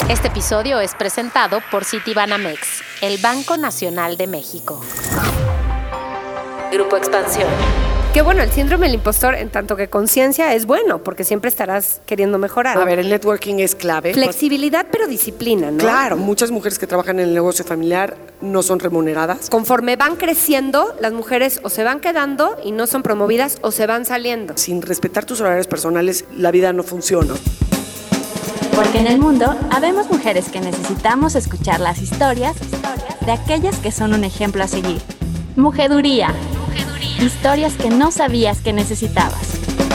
Este episodio es presentado por Citibanamex, el Banco Nacional de México. Grupo Expansión. Que bueno, el síndrome del impostor, en tanto que conciencia, es bueno, porque siempre estarás queriendo mejorar. A ver, el networking es clave. Flexibilidad, pero disciplina, ¿no? Claro, muchas mujeres que trabajan en el negocio familiar no son remuneradas. Conforme van creciendo, las mujeres o se van quedando y no son promovidas o se van saliendo. Sin respetar tus horarios personales, la vida no funciona. Porque en el mundo habemos mujeres que necesitamos escuchar las historias de aquellas que son un ejemplo a seguir. Mujeduría. Historias que no sabías que necesitabas.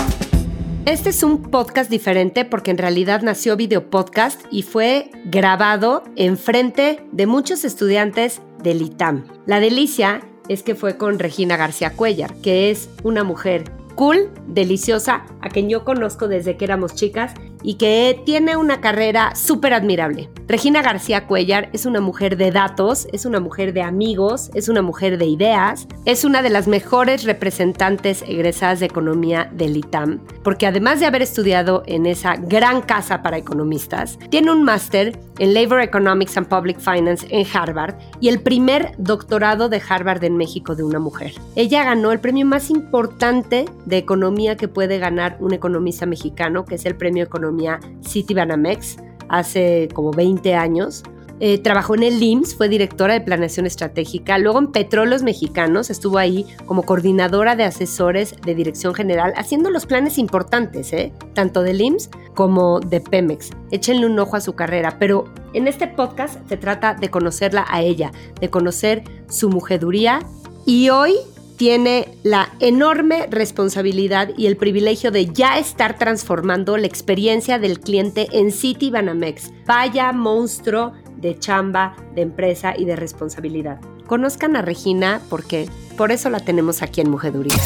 Este es un podcast diferente porque en realidad nació video podcast y fue grabado enfrente de muchos estudiantes del ITAM. La delicia es que fue con Regina García Cuéllar, que es una mujer cool, deliciosa, a quien yo conozco desde que éramos chicas y que tiene una carrera súper admirable. Regina García Cuéllar es una mujer de datos, es una mujer de amigos, es una mujer de ideas, es una de las mejores representantes egresadas de economía del ITAM, porque además de haber estudiado en esa gran casa para economistas, tiene un máster en Labor Economics and Public Finance en Harvard y el primer doctorado de Harvard en México de una mujer. Ella ganó el premio más importante de economía que puede ganar un economista mexicano, que es el premio Economía Citibanamex, hace como 20 años. Trabajó en el IMSS, fue directora de planeación estratégica, luego en Petróleos Mexicanos, estuvo ahí como coordinadora de asesores de dirección general, haciendo los planes importantes, tanto del IMSS como de Pemex. Échenle un ojo a su carrera, pero en este podcast se trata de conocerla a ella, de conocer su mujeduría, y hoy tiene la enorme responsabilidad y el privilegio de ya estar transformando la experiencia del cliente en Citibanamex. Vaya monstruo de chamba, de empresa y de responsabilidad. Conozcan a Regina porque por eso la tenemos aquí en Mujeduría.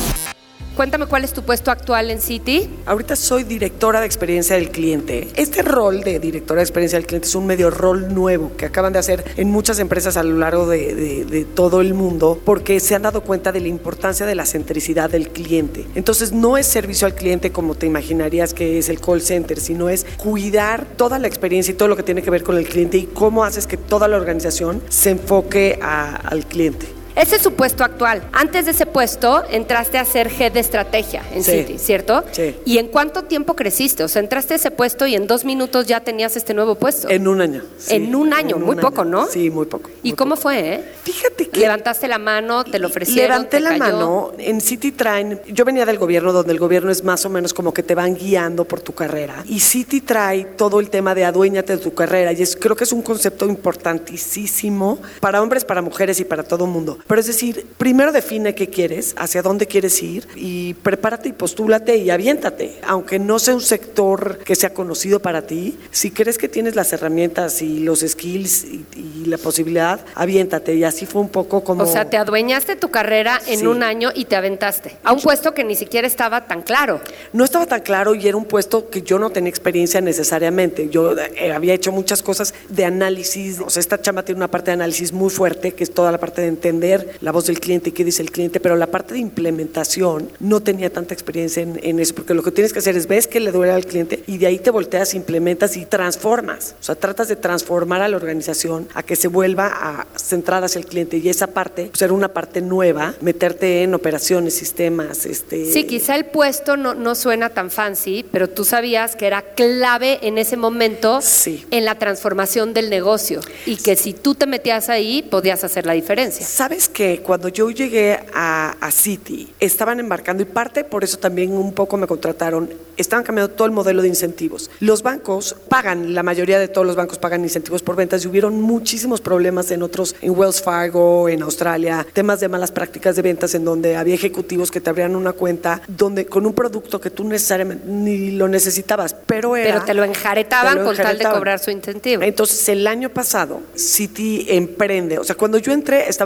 Cuéntame cuál es tu puesto actual en Citi. Ahorita soy directora de experiencia del cliente. Este rol de directora de experiencia del cliente es un medio rol nuevo que acaban de hacer en muchas empresas a lo largo de todo el mundo porque se han dado cuenta de la importancia de la centricidad del cliente. Entonces no es servicio al cliente como te imaginarías que es el call center, sino es cuidar toda la experiencia y todo lo que tiene que ver con el cliente y cómo haces que toda la organización se enfoque al cliente. Ese es su puesto actual. Antes de ese puesto, entraste a ser head de estrategia en Citi, ¿cierto? Sí. ¿Y en cuánto tiempo creciste? O sea, entraste a ese puesto y en 2 minutos ya tenías este nuevo puesto. En un año. Sí. En un año, muy poco, ¿no? Sí, muy poco. ¿Y cómo fue, Fíjate que... ¿Levantaste la mano, te lo ofrecieron, Levanté la mano. En Citi traen... Yo venía del gobierno, donde el gobierno es más o menos como que te van guiando por tu carrera. Y Citi trae todo el tema de aduéñate de tu carrera. Y creo que es un concepto importantísimo para hombres, para mujeres y para todo el mundo. Pero es decir, primero define qué quieres, hacia dónde quieres ir y prepárate y postúlate y aviéntate. Aunque no sea un sector que sea conocido para ti, si crees que tienes las herramientas y los skills y la posibilidad, aviéntate. Y así fue un poco como... O sea, te adueñaste tu carrera en un año y te aventaste a un puesto que ni siquiera estaba tan claro. No estaba tan claro y era un puesto que yo no tenía experiencia necesariamente. Yo había hecho muchas cosas de análisis. O sea, esta chamba tiene una parte de análisis muy fuerte, que es toda la parte de entender la voz del cliente y qué dice el cliente, pero la parte de implementación no tenía tanta experiencia en eso, porque lo que tienes que hacer es ves que le duele al cliente y de ahí te volteas, implementas y transformas. O sea, tratas de transformar a la organización a que se vuelva centrada hacia el cliente y esa parte, pues era una parte nueva, meterte en operaciones, sistemas. Sí, quizá el puesto no suena tan fancy, pero tú sabías que era clave en ese momento en la transformación del negocio y que si tú te metías ahí podías hacer la diferencia. ¿Sabes qué? Cuando yo llegué a Citi, estaban embarcando y parte por eso también un poco me contrataron, estaban cambiando todo el modelo de incentivos. Los bancos pagan, la mayoría de todos los bancos pagan incentivos por ventas y hubieron muchísimos problemas en Wells Fargo, en Australia, temas de malas prácticas de ventas en donde había ejecutivos que te abrían una cuenta donde con un producto que tú necesariamente ni lo necesitabas, pero te lo enjaretaban con tal de cobrar su incentivo. Entonces el año pasado Citi emprende, o sea, cuando yo entré estaban planeando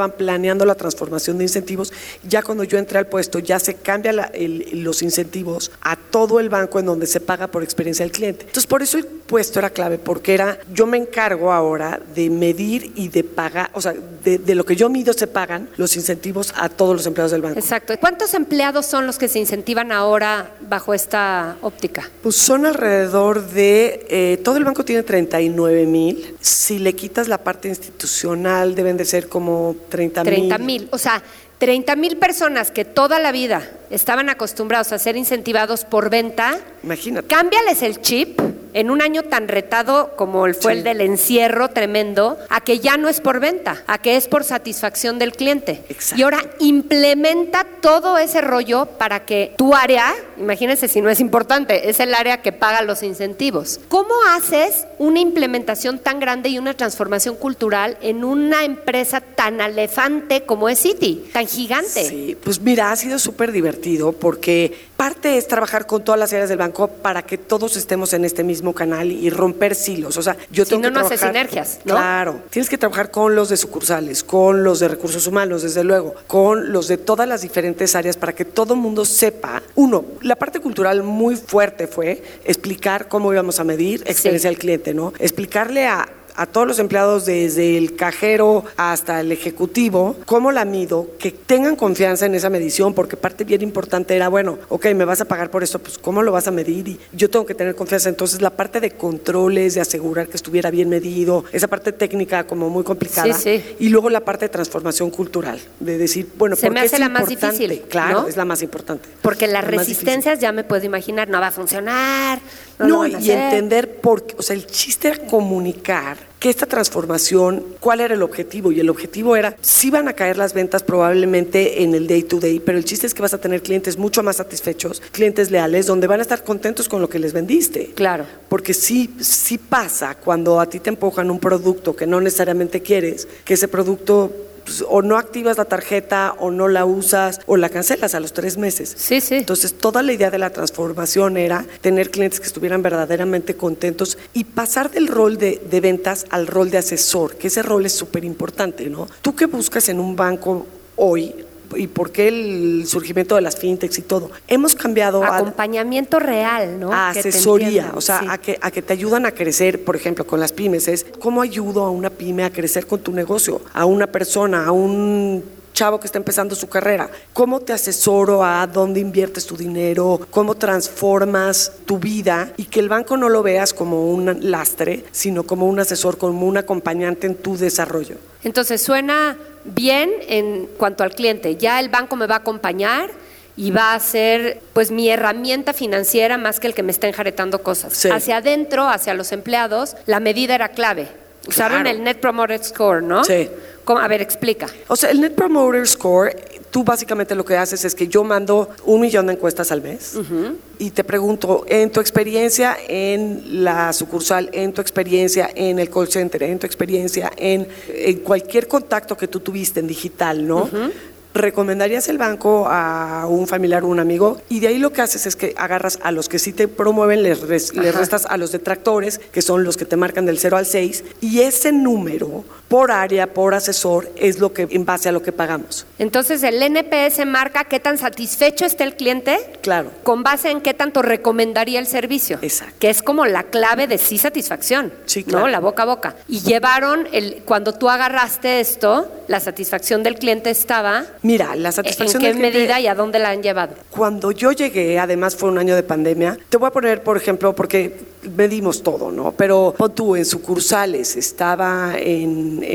planeando la transformación de incentivos. Ya cuando yo entré al puesto, ya se cambia los incentivos a todo el banco en donde se paga por experiencia del cliente. Entonces, por eso el puesto era clave, porque yo me encargo ahora de medir y de pagar, o sea, de lo que yo mido se pagan los incentivos a todos los empleados del banco. Exacto. ¿Cuántos empleados son los que se incentivan ahora bajo esta óptica? Pues son alrededor de, todo el banco tiene 39,000. Si le quitas la parte institucional, deben de ser como 30,000. 30,000. O sea, 30,000 personas que toda la vida estaban acostumbrados a ser incentivados por venta. Imagínate. Cámbiales el chip en un año tan retado como fue el del encierro tremendo, a que ya no es por venta, a que es por satisfacción del cliente. Exacto. Y ahora implementa todo ese rollo para que tu área, imagínense si no es importante, es el área que paga los incentivos. ¿Cómo haces una implementación tan grande y una transformación cultural en una empresa tan elefante como es Citi, tan gigante? Sí, pues mira, ha sido súper divertido porque parte es trabajar con todas las áreas del banco para que todos estemos en este mismo canal y romper silos. O sea, yo tengo que trabajar. Si no, no hace sinergias, ¿no? Claro, tienes que trabajar con los de sucursales, con los de recursos humanos, desde luego, con los de todas las diferentes áreas para que todo el mundo sepa. Uno, la parte cultural muy fuerte fue explicar cómo íbamos a medir experiencia del cliente, ¿no? Explicarle a todos los empleados, desde el cajero hasta el ejecutivo, cómo la mido, que tengan confianza en esa medición, porque parte bien importante era, bueno, ok, me vas a pagar por esto, pues ¿cómo lo vas a medir? Y yo tengo que tener confianza. Entonces la parte de controles, de asegurar que estuviera bien medido, esa parte técnica como muy complicada, y luego la parte de transformación cultural, de decir, bueno, se me hace la más importante? difícil, Claro, ¿no? es la más importante. Porque las resistencias ya me puedo imaginar, no va a funcionar, no lo van a y hacer. entender por qué, o sea, el chiste era comunicar que esta transformación, ¿cuál era el objetivo? Y el objetivo era, sí van a caer las ventas probablemente en el day to day, pero el chiste es que vas a tener clientes mucho más satisfechos, clientes leales, donde van a estar contentos con lo que les vendiste. Claro. Porque sí pasa cuando a ti te empujan un producto que no necesariamente quieres, que ese producto pues, o no activas la tarjeta o no la usas o la cancelas a los 3 meses. Sí. Entonces toda la idea de la transformación era tener clientes que estuvieran verdaderamente contentos y pasar del rol de ventas al rol de asesor, que ese rol es súper importante, ¿no? ¿Tú qué buscas en un banco hoy? ¿Y por qué el surgimiento de las fintechs y todo? Hemos cambiado acompañamiento real, ¿no? A asesoría, o sea, sí. a que te ayudan a crecer, por ejemplo, con las pymes, es cómo ayudo a una pyme a crecer con tu negocio, a una persona, a un chavo que está empezando su carrera, cómo te asesoro a dónde inviertes tu dinero, cómo transformas tu vida y que el banco no lo veas como un lastre, sino como un asesor, como un acompañante en tu desarrollo. Entonces suena bien en cuanto al cliente, ya el banco me va a acompañar y va a ser pues mi herramienta financiera más que el que me está enjaretando cosas. Sí. Hacia adentro, hacia los empleados, la medida era clave. Usaron Claro. el Net Promoter Score, ¿no? Sí. ¿Cómo? A ver, explica. O sea, el Net Promoter Score, tú básicamente lo que haces es que yo mando 1 millón de encuestas al mes y te pregunto, en tu experiencia en la sucursal, en tu experiencia en el call center, en tu experiencia en cualquier contacto que tú tuviste en digital, ¿no? ¿Recomendarías el banco a un familiar o un amigo? Y de ahí lo que haces es que agarras a los que sí te promueven, les restas a los detractores, que son los que te marcan del 0 al 6, y ese número por área, por asesor, es lo que en base a lo que pagamos. Entonces el NPS marca qué tan satisfecho está el cliente. Claro. Con base en qué tanto recomendaría el servicio. Exacto. Que es como la clave de sí satisfacción. Sí, claro. ¿No? La boca a boca. Y llevaron, cuando tú agarraste esto, la satisfacción del cliente estaba. Mira, la satisfacción ¿En qué del cliente, medida y a dónde la han llevado? Cuando yo llegué, además fue un año de pandemia, te voy a poner, por ejemplo, porque medimos todo, ¿no? Pero pon tú, en sucursales estaba en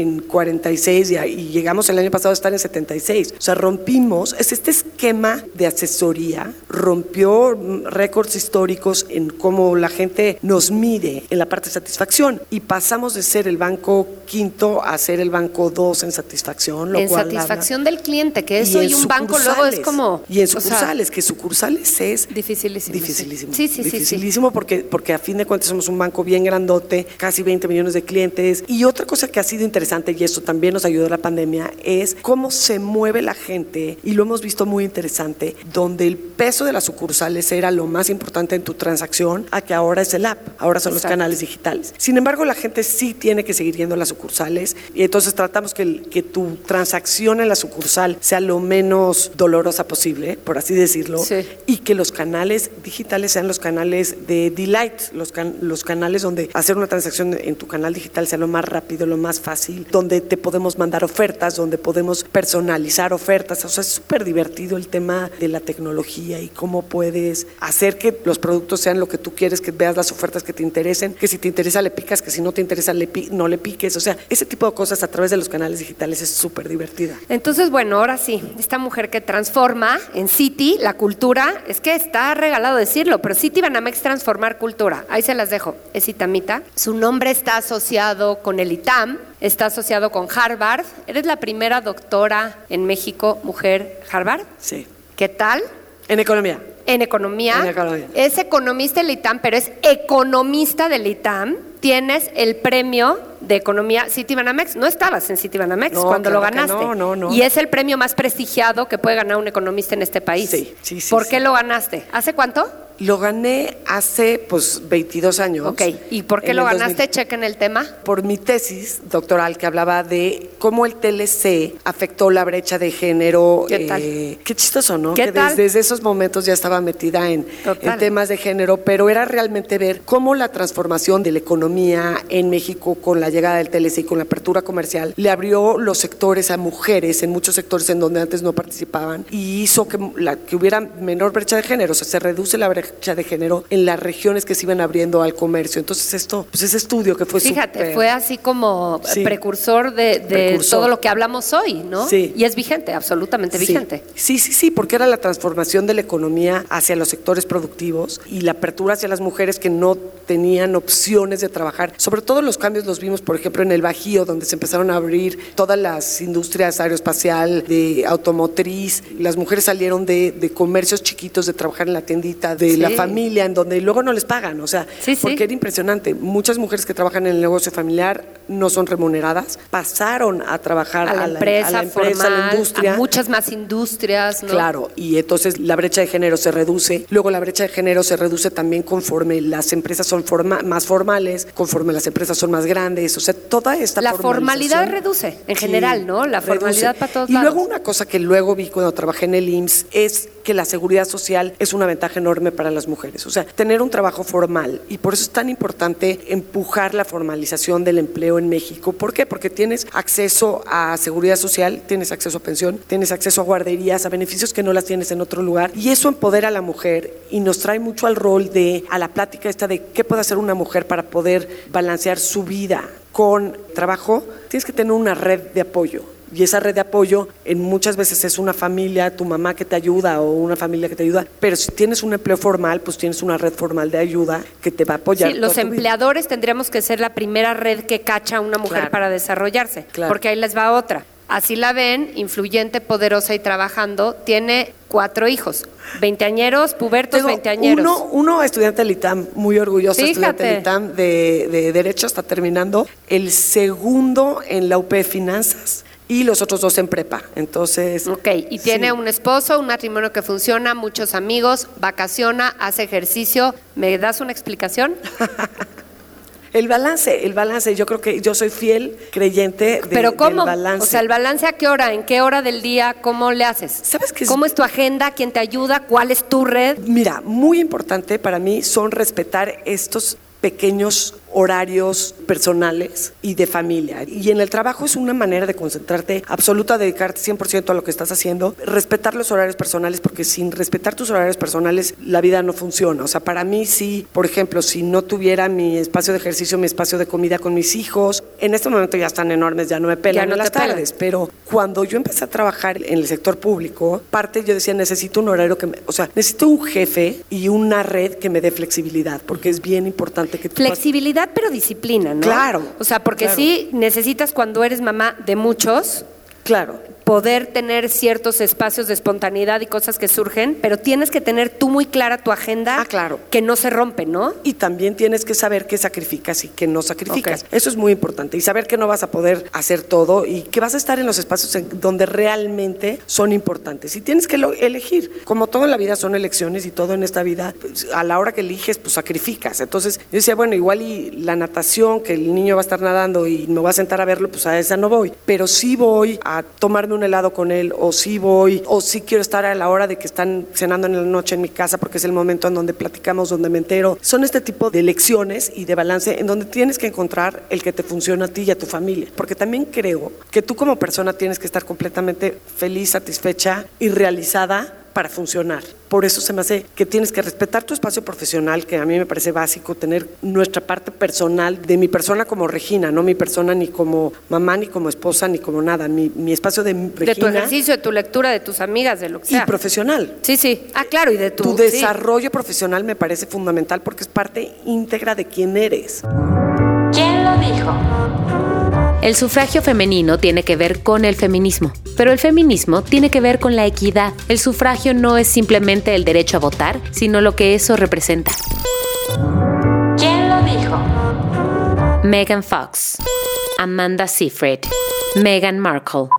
46 y llegamos el año pasado a estar en 76. O sea, rompimos, este esquema de asesoría rompió récords históricos en cómo la gente nos mide en la parte de satisfacción y pasamos de ser el banco quinto a ser el banco 2 en satisfacción. En satisfacción del cliente, que eso y un banco luego es como... Y en sucursales, que sucursales es... Dificilísimo. Dificilísimo. Sí. Dificilísimo porque a fin de cuentas somos un banco bien grandote, casi 20 millones de clientes. Y otra cosa que ha sido interesante, y eso también nos ayudó la pandemia, es cómo se mueve la gente, y lo hemos visto muy interesante, donde el peso de las sucursales era lo más importante en tu transacción, a que ahora es el app, ahora son los canales digitales. Sin embargo, la gente sí tiene que seguir yendo a las sucursales, y entonces tratamos que tu transacción en la sucursal sea lo menos dolorosa posible, por así decirlo, y que los canales digitales sean los canales de delight, los canales donde hacer una transacción en tu canal digital sea lo más rápido, lo más fácil, donde te podemos mandar ofertas, donde podemos personalizar ofertas. O sea, es súper divertido el tema de la tecnología y cómo puedes hacer que los productos sean lo que tú quieres, que veas las ofertas que te interesen, que si te interesa le picas, que si no te interesa no le piques. O sea, ese tipo de cosas a través de los canales digitales es súper divertida. Entonces, bueno, ahora sí, esta mujer que transforma en City la cultura, es que está regalado decirlo, pero Citibanamex transformar cultura. Ahí se las dejo. Es Itamita. Su nombre está asociado con el ITAM, está asociado con Harvard. Eres la primera doctora en México, mujer, Harvard. Sí. ¿Qué tal? En economía. En economía. En economía. Es economista del ITAM, pero es economista del ITAM. Tienes el premio de economía Citibanamex. No estabas en Citibanamex cuando lo ganaste. No. Y es el premio más prestigiado que puede ganar un economista en este país. Sí. ¿Por qué lo ganaste? ¿Hace cuánto? Lo gané hace 22 años. Ok, ¿y por qué lo ganaste? Chequen el tema. Por mi tesis doctoral que hablaba de cómo el TLC afectó la brecha de género. ¿Qué tal? Qué chistoso, ¿no? ¿Qué que tal? Desde esos momentos ya estaba metida en temas de género, pero era realmente ver cómo la transformación de la economía en México con la llegada del TLC y con la apertura comercial le abrió los sectores a mujeres en muchos sectores en donde antes no participaban y hizo que hubiera menor brecha de género. O sea, se reduce la brecha de género en las regiones que se iban abriendo al comercio. Entonces esto, pues ese estudio que fue Fíjate, fue así como precursor de todo lo que hablamos hoy, ¿no? Sí. Y es vigente, absolutamente vigente. Sí, porque era la transformación de la economía hacia los sectores productivos y la apertura hacia las mujeres que no tenían opciones de trabajar. Sobre todo los cambios los vimos, por ejemplo, en el Bajío, donde se empezaron a abrir todas las industrias aeroespacial, de automotriz. Las mujeres salieron de comercios chiquitos, de trabajar en la tiendita, de la familia, en donde luego no les pagan. O sea, porque era impresionante. Muchas mujeres que trabajan en el negocio familiar no son remuneradas. Pasaron a trabajar a la empresa formal, a la industria. A muchas más industrias, ¿no? Claro, y entonces la brecha de género se reduce. Luego la brecha de género se reduce también conforme las empresas son más formales, conforme las empresas son más grandes. O sea, toda esta la formalidad reduce en general, ¿no? La formalidad para todos lados. Y luego una cosa que luego vi cuando trabajé en el IMSS es que la seguridad social es una ventaja enorme para las mujeres. O sea, tener un trabajo formal, y por eso es tan importante empujar la formalización del empleo en México. ¿Por qué? Porque tienes acceso a seguridad social, tienes acceso a pensión, tienes acceso a guarderías, a beneficios que no las tienes en otro lugar, y eso empodera a la mujer y nos trae mucho al rol a la plática esta de qué puede hacer una mujer para poder balancear su vida con trabajo. Tienes que tener una red de apoyo. Y esa red de apoyo en muchas veces es una familia, tu mamá que te ayuda o una familia que te ayuda, pero si tienes un empleo formal, pues tienes una red formal de ayuda que te va a apoyar. Sí, los empleadores tendríamos que ser la primera red que cacha a una mujer para desarrollarse, porque ahí les va otra. Así la ven, influyente, poderosa y trabajando, tiene 4 hijos, veinteañeros, pubertos, veinteañeros. Uno estudiante del ITAM, muy orgulloso, estudiante del ITAM de Derecho, está terminando. El segundo en la UP de Finanzas. Y los otros 2 en prepa, entonces... Ok, y tiene un esposo, un matrimonio que funciona, muchos amigos, vacaciona, hace ejercicio. ¿Me das una explicación? El balance, yo creo que yo soy fiel creyente ¿Pero cómo? del balance. O sea, ¿el balance a qué hora? ¿En qué hora del día? ¿Cómo le haces? ¿Sabes qué? ¿Cómo es tu agenda? ¿Quién te ayuda? ¿Cuál es tu red? Mira, muy importante para mí son respetar estos pequeños horarios personales y de familia. Y en el trabajo es una manera de concentrarte absoluta, dedicarte 100% a lo que estás haciendo, respetar los horarios personales, porque sin respetar tus horarios personales la vida no funciona. O sea, para mí sí, por ejemplo, si no tuviera mi espacio de ejercicio, mi espacio de comida con mis hijos, en este momento ya están enormes, ya no me pelan en las tardes, pero cuando yo empecé a trabajar en el sector público, yo decía, necesito un horario necesito un jefe y una red que me dé flexibilidad, porque es bien importante que tú... Flexibilidad, pero disciplina, ¿no? Claro. O sea, porque sí necesitas cuando eres mamá de muchos. Claro. poder tener ciertos espacios de espontaneidad y cosas que surgen, pero tienes que tener tú muy clara tu agenda, claro, que no se rompe, ¿no? Y también tienes que saber qué sacrificas y qué no sacrificas. Okay. Eso es muy importante. Y saber que no vas a poder hacer todo y que vas a estar en los espacios donde realmente son importantes. Y tienes que elegir. Como todo en la vida son elecciones y todo en esta vida, pues, a la hora que eliges, pues sacrificas. Entonces yo decía, bueno, igual y la natación, que el niño va a estar nadando y me voy a sentar a verlo, pues a esa no voy. Pero sí voy a tomarme un helado con él, o sí quiero estar a la hora de que están cenando en la noche en mi casa porque es el momento en donde platicamos, donde me entero. Son este tipo de elecciones y de balance en donde tienes que encontrar el que te funciona a ti y a tu familia. Porque también creo que tú como persona tienes que estar completamente feliz, satisfecha y realizada para funcionar. Por eso se me hace que tienes que respetar tu espacio profesional, que a mí me parece básico, tener nuestra parte personal de mi persona como Regina, no mi persona ni como mamá, ni como esposa, ni como nada. Mi espacio de Regina. De tu ejercicio, de tu lectura, de tus amigas, de lo que sea. Y profesional. Sí. Claro, y de tu desarrollo profesional me parece fundamental porque es parte íntegra de quién eres. ¿Quién lo dijo? El sufragio femenino tiene que ver con el feminismo, pero el feminismo tiene que ver con la equidad. El sufragio no es simplemente el derecho a votar, sino lo que eso representa. ¿Quién lo dijo? Megan Fox, Amanda Seyfried, Meghan Markle.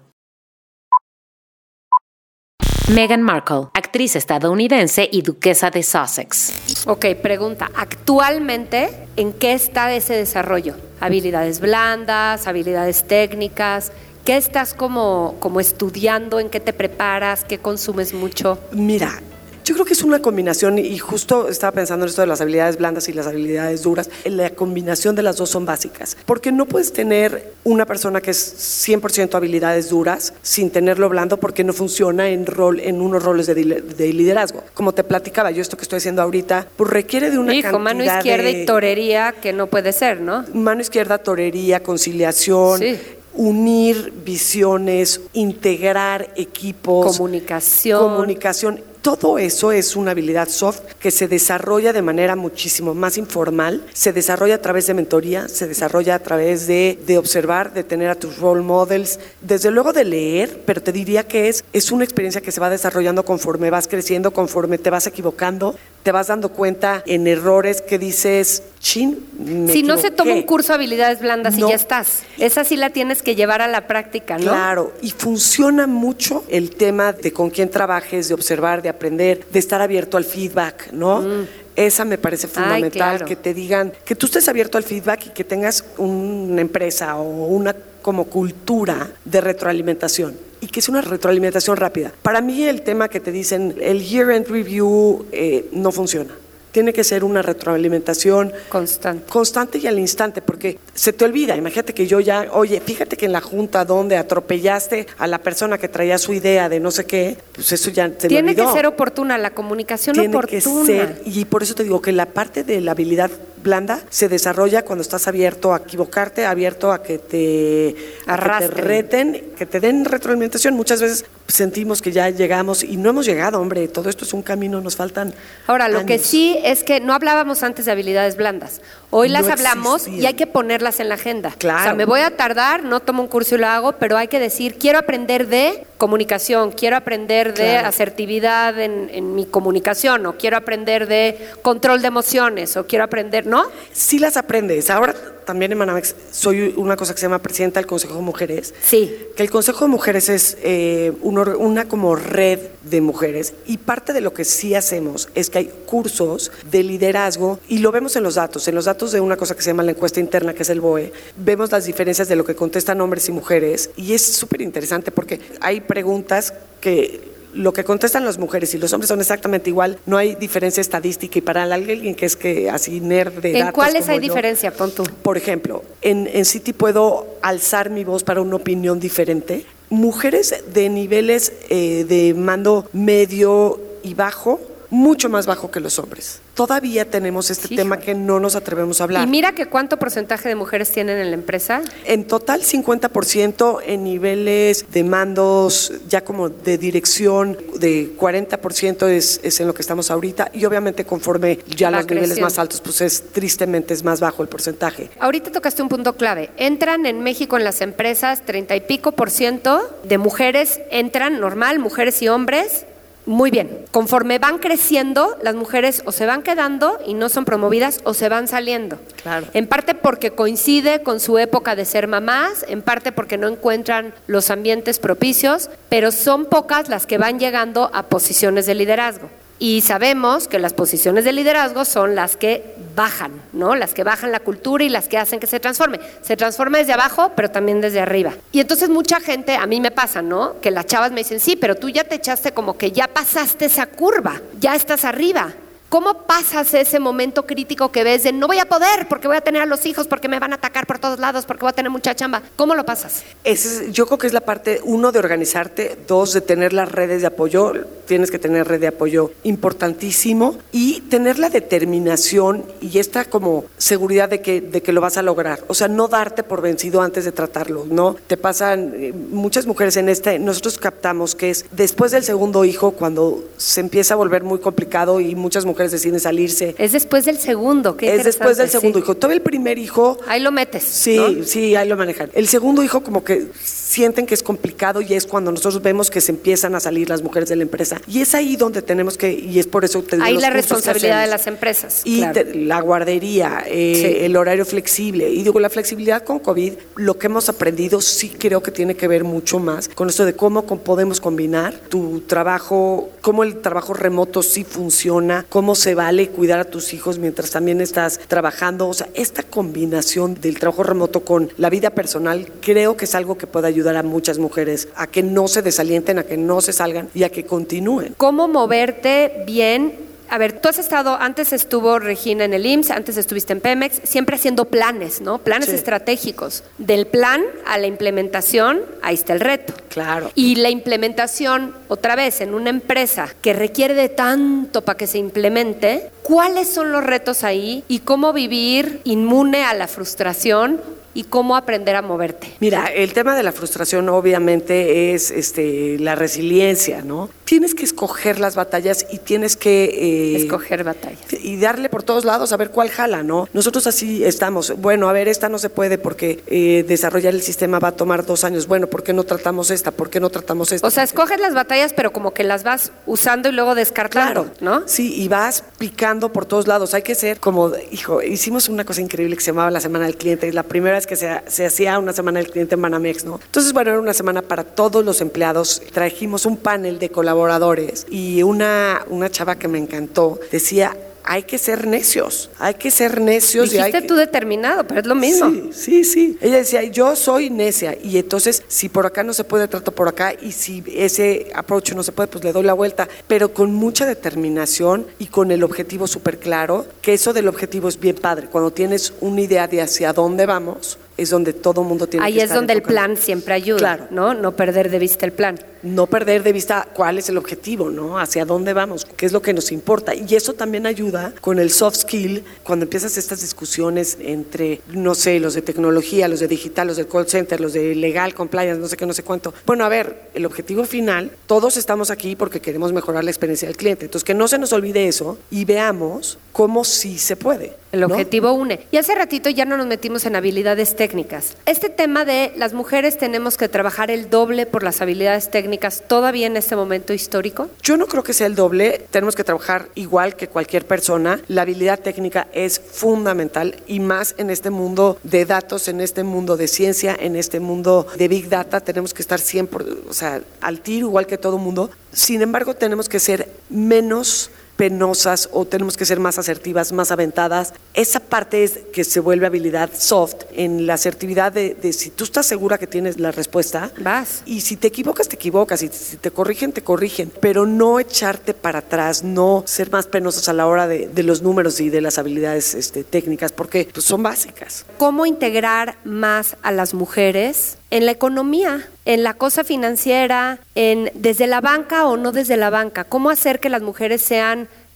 Meghan Markle, actriz estadounidense y duquesa de Sussex. Ok, pregunta, actualmente, ¿en qué está ese desarrollo? ¿Habilidades blandas, habilidades técnicas? ¿Qué estás como estudiando? ¿En qué te preparas? ¿Qué consumes mucho? Mira, yo creo que es una combinación, y justo estaba pensando en esto de las habilidades blandas y las habilidades duras. La combinación de las dos son básicas, porque no puedes tener una persona que es 100% habilidades duras sin tenerlo blando, porque no funciona en unos roles de liderazgo. Como te platicaba, yo esto que estoy haciendo ahorita, pues requiere de una cantidad mano izquierda y torería, que no puede ser, ¿no? Mano izquierda, torería, conciliación. Sí. Unir visiones, integrar equipos. Comunicación. Todo eso es una habilidad soft que se desarrolla de manera muchísimo más informal, se desarrolla a través de mentoría, se desarrolla a través de observar, de tener a tus role models, desde luego de leer, pero te diría que es una experiencia que se va desarrollando conforme vas creciendo, conforme te vas equivocando, te vas dando cuenta en errores que dices, chin, me Si no equivoqué. se toma un curso de habilidades blandas No. y ya estás. Esa sí la tienes que llevar a la práctica, ¿no? Claro, y funciona mucho el tema de con quién trabajes, de observar, de aprender, de estar abierto al feedback, ¿no? Esa me parece fundamental, claro. que te digan, que tú estés abierto al feedback y que tengas una empresa o una como cultura de retroalimentación. Y que es una retroalimentación rápida. Para mí el tema que te dicen, el year-end review no funciona. Tiene que ser una retroalimentación constante y al instante, porque se te olvida. Imagínate que yo ya, oye, fíjate que en la junta donde atropellaste a la persona que traía su idea de no sé qué, pues eso ya se me olvidó. Tiene que ser oportuna, la comunicación Tiene oportuna. que ser, y por eso te digo que la parte de la habilidad blanda se desarrolla cuando estás abierto a equivocarte, abierto a que te reten, que te den retroalimentación. Muchas veces sentimos que ya llegamos y no hemos llegado, hombre, todo esto es un camino, nos faltan Ahora, lo años. que sí es que no hablábamos antes de habilidades blandas. Hoy No las hablamos existían. y hay que ponerlas en la agenda. Claro. O sea, me voy a tardar, no tomo un curso y lo hago, pero hay que decir, quiero aprender de comunicación, quiero aprender de Claro. asertividad en mi comunicación, o quiero aprender de control de emociones, o quiero aprender, ¿no? Sí las aprendes. Ahora también en Banamex soy una cosa que se llama presidenta del Consejo de Mujeres. Sí. Que el Consejo de Mujeres es una como red de mujeres, y parte de lo que sí hacemos es que hay cursos de liderazgo, y lo vemos en los datos de una cosa que se llama la encuesta interna, que es el BOE. Vemos las diferencias de lo que contestan hombres y mujeres, y es súper interesante porque hay preguntas que lo que contestan las mujeres y los hombres son exactamente igual, no hay diferencia estadística, y para alguien que es que así nerd de datos. ¿En cuáles como hay yo, diferencia, pon tú? Por ejemplo, en Citi puedo alzar mi voz para una opinión diferente. Mujeres de niveles de mando medio y bajo mucho más bajo que los hombres. Todavía tenemos este tema que no nos atrevemos a hablar. Y mira que ¿cuánto porcentaje de mujeres tienen en la empresa? En total 50%, en niveles de mandos ya como de dirección, de 40% es en lo que estamos ahorita, y obviamente conforme ya los niveles más altos, pues tristemente es más bajo el porcentaje. Ahorita tocaste un punto clave. Entran en México en las empresas 30 y pico % de mujeres, entran normal, mujeres y hombres. Muy bien. Conforme van creciendo, las mujeres o se van quedando y no son promovidas o se van saliendo. Claro. En parte porque coincide con su época de ser mamás, en parte porque no encuentran los ambientes propicios, pero son pocas las que van llegando a posiciones de liderazgo. Y sabemos que las posiciones de liderazgo son las que bajan, ¿no? Las que bajan la cultura y las que hacen que se transforme. Se transforma desde abajo, pero también desde arriba. Y entonces mucha gente, a mí me pasa, ¿no? Que las chavas me dicen, sí, pero tú ya te echaste como que ya pasaste esa curva, ya estás arriba. ¿Cómo pasas ese momento crítico que ves de no voy a poder porque voy a tener a los hijos, porque me van a atacar por todos lados, porque voy a tener mucha chamba? ¿Cómo lo pasas? Yo creo que es la parte, 1, de organizarte, 2, de tener las redes de apoyo. Tienes que tener red de apoyo importantísimo y tener la determinación y esta como seguridad de que lo vas a lograr. O sea, no darte por vencido antes de tratarlo, ¿no? Te pasan muchas mujeres nosotros captamos que es después del segundo hijo cuando se empieza a volver muy complicado y muchas mujeres deciden salirse. Es después del segundo, qué interesante. Es después del segundo hijo. Todavía el primer hijo... Ahí lo metes, Sí, ¿no? Sí, ahí lo manejan. El segundo hijo como que sienten que es complicado y es cuando nosotros vemos que se empiezan a salir las mujeres de la empresa. Y es ahí donde tenemos que, y es por eso... Ahí la responsabilidad de las empresas. Y claro. La guardería, el horario flexible. Y digo, la flexibilidad con COVID, lo que hemos aprendido sí creo que tiene que ver mucho más con esto de cómo podemos combinar tu trabajo, cómo el trabajo remoto sí funciona, cómo se vale cuidar a tus hijos mientras también estás trabajando. O sea, esta combinación del trabajo remoto con la vida personal creo que es algo que puede ayudar a muchas mujeres a que no se desalienten, a que no se salgan y a que continúen. ¿Cómo moverte bien? A ver, tú has estado, antes estuvo Regina en el IMSS, antes estuviste en Pemex, siempre haciendo planes, ¿no? Planes estratégicos. Del plan a la implementación, ahí está el reto. Claro. Y la implementación, otra vez, en una empresa que requiere de tanto para que se implemente, ¿cuáles son los retos ahí y cómo vivir inmune a la frustración y cómo aprender a moverte? Mira, el tema de la frustración obviamente es la resiliencia, ¿no? Tienes que escoger las batallas y tienes que... escoger batallas. Y darle por todos lados a ver cuál jala, ¿no? Nosotros así estamos. Bueno, a ver, esta no se puede porque desarrollar el sistema va a tomar 2 años. Bueno, ¿por qué no tratamos esta? ¿Por qué no tratamos esta? O sea, escoges las batallas, pero como que las vas usando y luego descartando, claro, ¿no? Sí, y vas picando por todos lados. Hay que ser como, hicimos una cosa increíble que se llamaba la Semana del Cliente. Y la primera vez que se hacía una Semana del Cliente en Banamex, ¿no? Entonces, bueno, era una semana para todos los empleados. Trajimos un panel de colaboradores y una chava que me encantó decía, hay que ser necios, hay que ser necios. Dijiste tú determinado, pero es lo mismo. Sí. Ella decía, yo soy necia y entonces si por acá no se puede, trato por acá y si ese approach no se puede, pues le doy la vuelta, pero con mucha determinación y con el objetivo súper claro, que eso del objetivo es bien padre. Cuando tienes una idea de hacia dónde vamos, es donde todo mundo tiene que estar. Ahí es donde enfocado. El plan siempre ayuda, claro. ¿no? No perder de vista el plan. No perder de vista cuál es el objetivo, ¿no? Hacia dónde vamos, qué es lo que nos importa. Y eso también ayuda con el soft skill, cuando empiezas estas discusiones entre, no sé, los de tecnología, los de digital, los del call center, los de legal, compliance, no sé qué, no sé cuánto. Bueno, a ver, el objetivo final, todos estamos aquí porque queremos mejorar la experiencia del cliente. Entonces, que no se nos olvide eso y veamos cómo sí se puede. El objetivo une. Y hace ratito ya no nos metimos en habilidades técnicas. Este tema de las mujeres tenemos que trabajar el doble por las habilidades técnicas, ¿todavía en este momento histórico? Yo no creo que sea el doble. Tenemos que trabajar igual que cualquier persona. La habilidad técnica es fundamental y más en este mundo de datos, en este mundo de ciencia, en este mundo de Big Data. Tenemos que estar siempre, al tiro igual que todo mundo. Sin embargo, tenemos que ser menos penosas o tenemos que ser más asertivas, más aventadas. Esa parte es que se vuelve habilidad soft en la asertividad de si tú estás segura que tienes la respuesta, vas. Y si te equivocas, te equivocas. Y si te corrigen, te corrigen. Pero no echarte para atrás, no ser más penosas a la hora de los números y de las habilidades técnicas, porque pues, son básicas. ¿Cómo integrar más a las mujeres en la economía, en la cosa financiera, desde la banca o no desde la banca? ¿Cómo hacer que las mujeres sean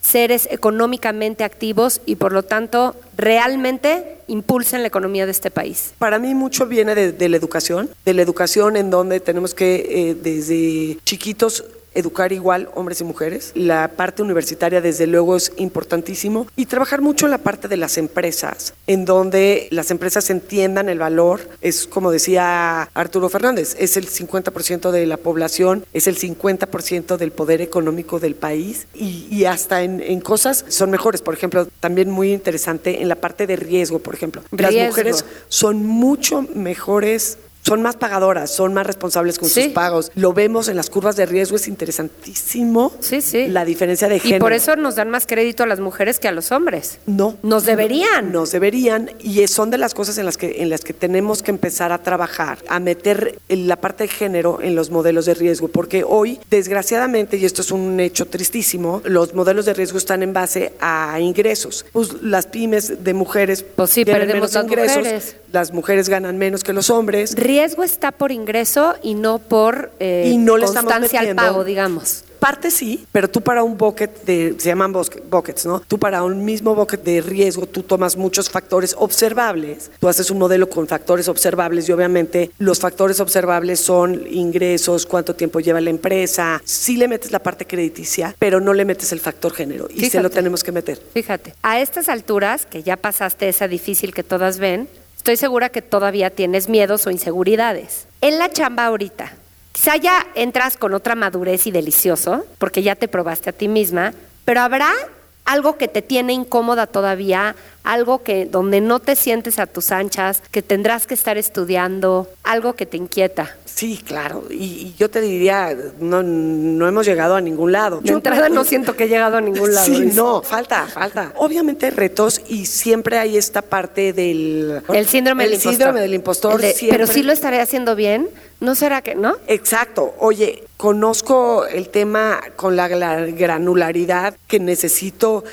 seres económicamente activos y por lo tanto realmente impulsen la economía de este país? Para mí mucho viene de la educación en donde tenemos que desde chiquitos educar igual hombres y mujeres. La parte universitaria desde luego es importantísimo y trabajar mucho en la parte de las empresas, en donde las empresas entiendan el valor. Es como decía Arturo Fernández, es el 50% de la población, es el 50% del poder económico del país y hasta en cosas son mejores. Por ejemplo, también muy interesante en la parte de riesgo, por ejemplo. Las mujeres son mucho mejores, son más pagadoras, son más responsables con sus pagos. Lo vemos en las curvas de riesgo, es interesantísimo la diferencia de género. Y por eso nos dan más crédito a las mujeres que a los hombres. No. Nos deberían. Nos deberían, y son de las cosas en las que tenemos que empezar a trabajar, a meter la parte de género en los modelos de riesgo, porque hoy, desgraciadamente, y esto es un hecho tristísimo, los modelos de riesgo están en base a ingresos. Pues las pymes de mujeres tienen menos ingresos, mujeres. Las mujeres ganan menos que los hombres. Riesgo está por ingreso y no por constancia al pago, digamos. Parte sí, pero tú para un bucket se llaman buckets, ¿no? Tú para un mismo bucket de riesgo, tú tomas muchos factores observables. Tú haces un modelo con factores observables y obviamente los factores observables son ingresos, cuánto tiempo lleva la empresa. Sí le metes la parte crediticia, pero no le metes el factor género y se lo tenemos que meter. Fíjate, a estas alturas, que ya pasaste esa difícil que todas ven, estoy segura que todavía tienes miedos o inseguridades. En la chamba ahorita, quizá ya entras con otra madurez y delicioso, porque ya te probaste a ti misma, pero habrá algo que te tiene incómoda todavía, algo que donde no te sientes a tus anchas, que tendrás que estar estudiando, algo que te inquieta. Sí, claro, y yo te diría, no hemos llegado a ningún lado. De entrada no siento que he llegado a ningún lado. Sí, no, falta. Obviamente hay retos y siempre hay esta parte del... El síndrome del impostor. Pero sí lo estaré haciendo bien, ¿no será que no? Exacto. Oye, conozco el tema con la granularidad que necesito,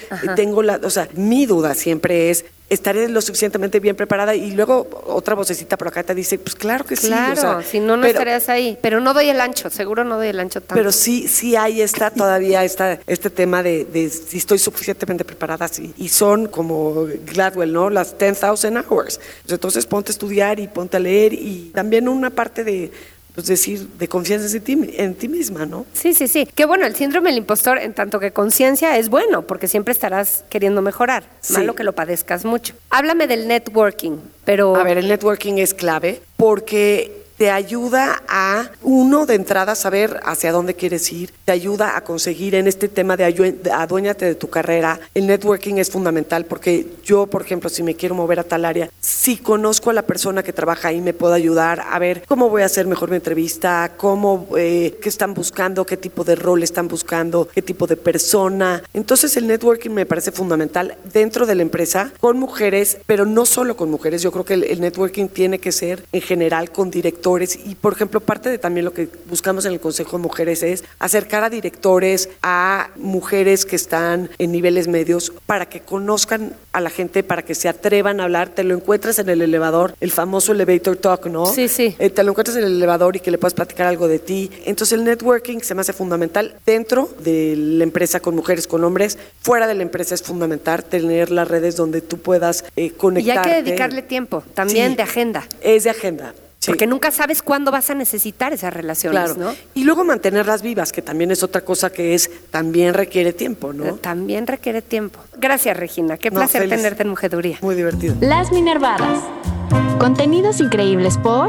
mi duda siempre es, ¿estaré lo suficientemente bien preparada? Y luego otra vocecita por acá te dice, pues claro que claro, sí. Claro, si no estarías ahí. Pero no doy el ancho, seguro no doy el ancho tanto. Pero sí hay todavía este tema de si estoy suficientemente preparada, sí. Y son como Gladwell, ¿no? Las 10,000 hours. Entonces ponte a estudiar y ponte a leer y también una parte de... pues decir, de confianza en ti misma, ¿no? Sí. Qué bueno, el síndrome del impostor, en tanto que conciencia, es bueno, porque siempre estarás queriendo mejorar. Sí. Malo que lo padezcas mucho. Háblame del networking, pero... A ver, el networking es clave porque te ayuda a, uno, de entrada, saber hacia dónde quieres ir, te ayuda a conseguir en este tema de aduéñate de tu carrera. El networking es fundamental porque yo, por ejemplo, si me quiero mover a tal área, si conozco a la persona que trabaja ahí, me puedo ayudar a ver cómo voy a hacer mejor mi entrevista, qué están buscando, qué tipo de rol están buscando, qué tipo de persona. Entonces el networking me parece fundamental dentro de la empresa, con mujeres, pero no solo con mujeres. Yo creo que el networking tiene que ser en general con directores. Y, por ejemplo, parte de también lo que buscamos en el Consejo de Mujeres es acercar a directores, a mujeres que están en niveles medios, para que conozcan a la gente, para que se atrevan a hablar. Te lo encuentras en el elevador, el famoso elevator talk, ¿no? Sí. Te lo encuentras en el elevador y que le puedas platicar algo de ti. Entonces, el networking se me hace fundamental dentro de la empresa con mujeres, con hombres. Fuera de la empresa es fundamental tener las redes donde tú puedas conectarte. Y hay que dedicarle tiempo, también de agenda. Es de agenda. Sí. Porque nunca sabes cuándo vas a necesitar esas relaciones, claro, ¿no? Y luego mantenerlas vivas, que también es otra cosa que también requiere tiempo, ¿no? También requiere tiempo. Gracias, Regina. Qué placer tenerte en Mujeduría. Muy divertido. Las Minervadas. Contenidos increíbles por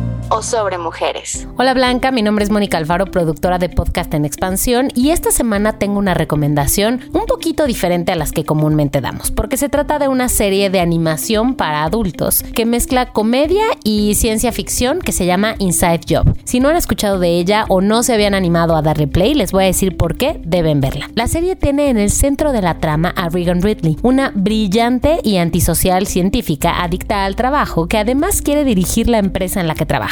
o sobre mujeres. Hola Blanca, mi nombre es Mónica Alfaro, productora de Podcast en Expansión, y esta semana tengo una recomendación un poquito diferente a las que comúnmente damos, porque se trata de una serie de animación para adultos que mezcla comedia y ciencia ficción que se llama Inside Job. Si no han escuchado de ella o no se habían animado a darle play, les voy a decir por qué deben verla. La serie tiene en el centro de la trama a Regan Ridley, una brillante y antisocial científica adicta al trabajo que además quiere dirigir la empresa en la que trabaja.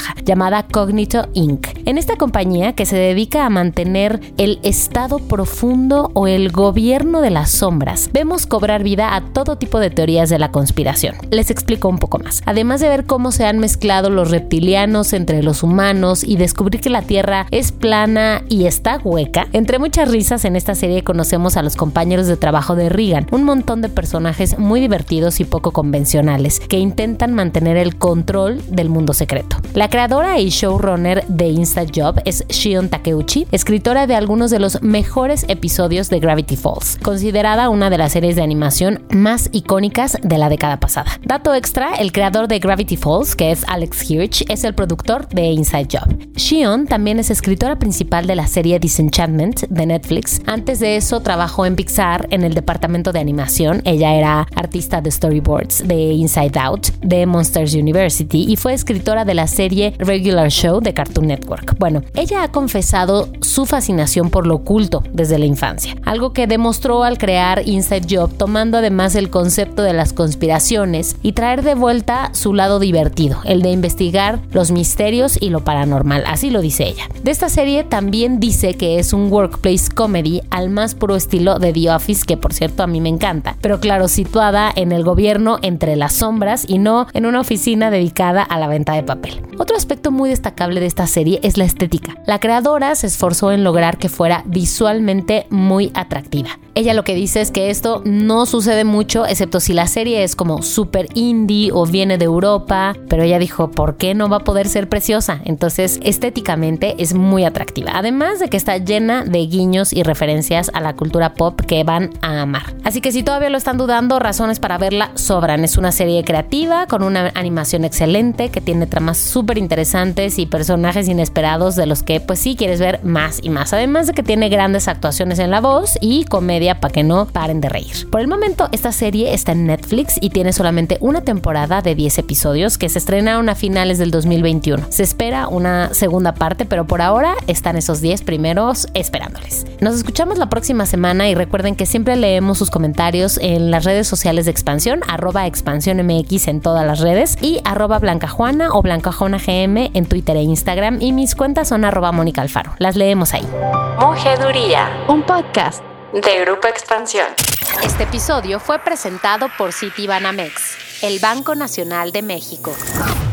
trabaja, llamada Cognito Inc. En esta compañía, que se dedica a mantener el estado profundo o el gobierno de las sombras, vemos cobrar vida a todo tipo de teorías de la conspiración. Les explico un poco más. Además de ver cómo se han mezclado los reptilianos entre los humanos y descubrir que la Tierra es plana y está hueca, entre muchas risas en esta serie conocemos a los compañeros de trabajo de Regan, un montón de personajes muy divertidos y poco convencionales que intentan mantener el control del mundo secreto. La creadora y showrunner de Inside Job es Shion Takeuchi, escritora de algunos de los mejores episodios de Gravity Falls, considerada una de las series de animación más icónicas de la década pasada. Dato extra, el creador de Gravity Falls, que es Alex Hirsch, es el productor de Inside Job. Shion también es escritora principal de la serie Disenchantment de Netflix. Antes de eso trabajó en Pixar en el departamento de animación. Ella era artista de storyboards de Inside Out, de Monsters University, y fue escritora de la serie Regular Show de Cartoon Network. Bueno, ella ha confesado su fascinación por lo oculto desde la infancia, algo que demostró al crear Inside Job, tomando además el concepto de las conspiraciones y traer de vuelta su lado divertido, el de investigar los misterios y lo paranormal, así lo dice ella. De esta serie también dice que es un workplace comedy al más puro estilo de The Office, que por cierto a mí me encanta, pero claro, situada en el gobierno entre las sombras y no en una oficina dedicada a la venta de papel. Otro aspecto muy destacable de esta serie es la estética. La creadora se esforzó en lograr que fuera visualmente muy atractiva. Ella lo que dice es que esto no sucede mucho, excepto si la serie es como súper indie o viene de Europa, pero ella dijo, ¿por qué no va a poder ser preciosa? Entonces, estéticamente es muy atractiva, además de que está llena de guiños y referencias a la cultura pop que van a amar. Así que si todavía lo están dudando, razones para verla sobran. Es una serie creativa, con una animación excelente, que tiene tramas súper interesantes y personajes inesperados de los que pues sí quieres ver más y más, además de que tiene grandes actuaciones en la voz y comedia para que no paren de reír. Por el momento, esta serie está en Netflix y tiene solamente una temporada de 10 episodios que se estrenaron a finales del 2021. Se espera una segunda parte, pero por ahora están esos 10 primeros esperándoles. Nos escuchamos la próxima semana y recuerden que siempre leemos sus comentarios en las redes sociales de Expansión, @ExpansiónMX en todas las redes y @BlancaJuana o BlancaJuanaGM en Twitter e Instagram, y mis cuentas son @MónicaAlfaro. Las leemos ahí. Mujeduría, un podcast de Grupo Expansión. Este episodio fue presentado por Citibanamex, el Banco Nacional de México.